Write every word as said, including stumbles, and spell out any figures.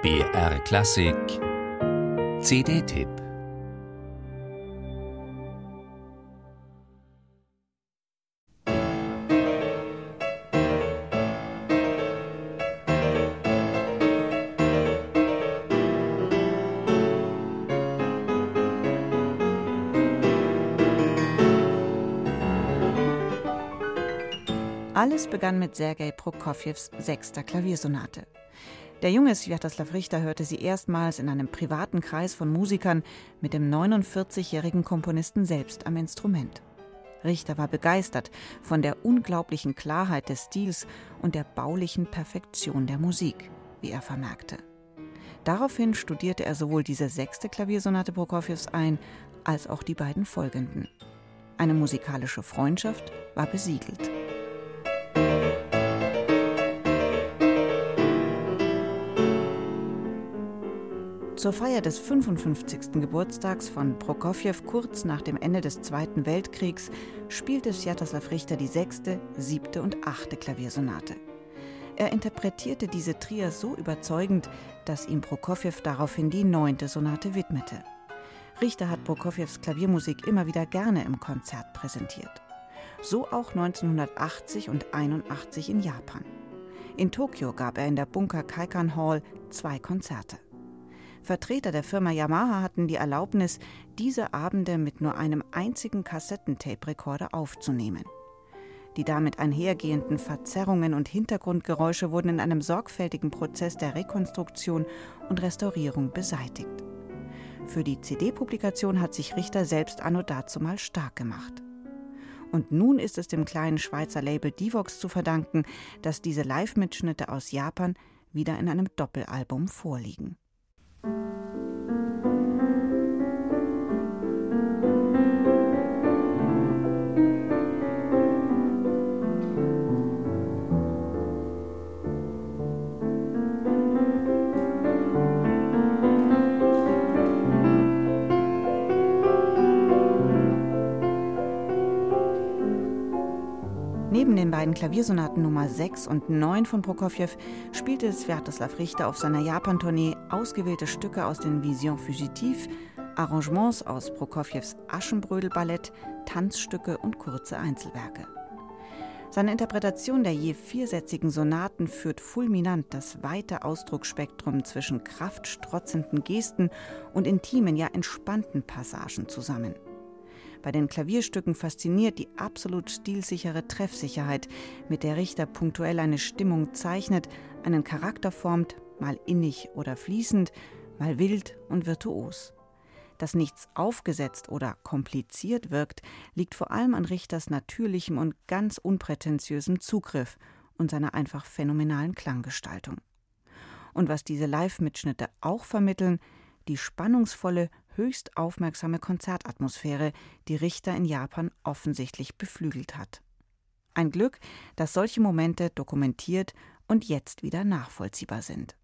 B R Klassik C D-Tipp. Alles begann mit Sergei Prokofjews sechster Klaviersonate. Der junge Swiatoslav Richter hörte sie erstmals in einem privaten Kreis von Musikern mit dem neunundvierzigjährigen Komponisten selbst am Instrument. Richter war begeistert von der unglaublichen Klarheit des Stils und der baulichen Perfektion der Musik, wie er vermerkte. Daraufhin studierte er sowohl diese sechste Klaviersonate Prokofjews ein, als auch die beiden folgenden. Eine musikalische Freundschaft war besiegelt. Zur Feier des fünfundfünfzigsten Geburtstags von Prokofjew kurz nach dem Ende des Zweiten Weltkriegs spielte Swiatoslav Richter die sechste, siebte und achte Klaviersonate. Er interpretierte diese Trier so überzeugend, dass ihm Prokofjew daraufhin die neunte Sonate widmete. Richter hat Prokofjews Klaviermusik immer wieder gerne im Konzert präsentiert. So auch neunzehnhundertachtzig und einundachtzig in Japan. In Tokio gab er in der Bunker Kaikan Hall zwei Konzerte. Vertreter der Firma Yamaha hatten die Erlaubnis, diese Abende mit nur einem einzigen Kassettentape-Rekorder aufzunehmen. Die damit einhergehenden Verzerrungen und Hintergrundgeräusche wurden in einem sorgfältigen Prozess der Rekonstruktion und Restaurierung beseitigt. Für die C D-Publikation hat sich Richter selbst anno dazumal stark gemacht. Und nun ist es dem kleinen Schweizer Label Divox zu verdanken, dass diese Live-Mitschnitte aus Japan wieder in einem Doppelalbum vorliegen. Neben den beiden Klaviersonaten Nummer sechs und neun von Prokofjew spielte Swiatoslav Richter auf seiner Japan-Tournee ausgewählte Stücke aus den Visions Fugitives, Arrangements aus Prokofjews Aschenbrödel-Ballett, Tanzstücke und kurze Einzelwerke. Seine Interpretation der je viersätzigen Sonaten führt fulminant das weite Ausdrucksspektrum zwischen kraftstrotzenden Gesten und intimen, ja entspannten Passagen zusammen. Bei den Klavierstücken fasziniert die absolut stilsichere Treffsicherheit, mit der Richter punktuell eine Stimmung zeichnet, einen Charakter formt, mal innig oder fließend, mal wild und virtuos. Dass nichts aufgesetzt oder kompliziert wirkt, liegt vor allem an Richters natürlichem und ganz unprätentiösem Zugriff und seiner einfach phänomenalen Klanggestaltung. Und was diese Live-Mitschnitte auch vermitteln, die spannungsvolle, höchst aufmerksame Konzertatmosphäre, die Richter in Japan offensichtlich beflügelt hat. Ein Glück, dass solche Momente dokumentiert und jetzt wieder nachvollziehbar sind.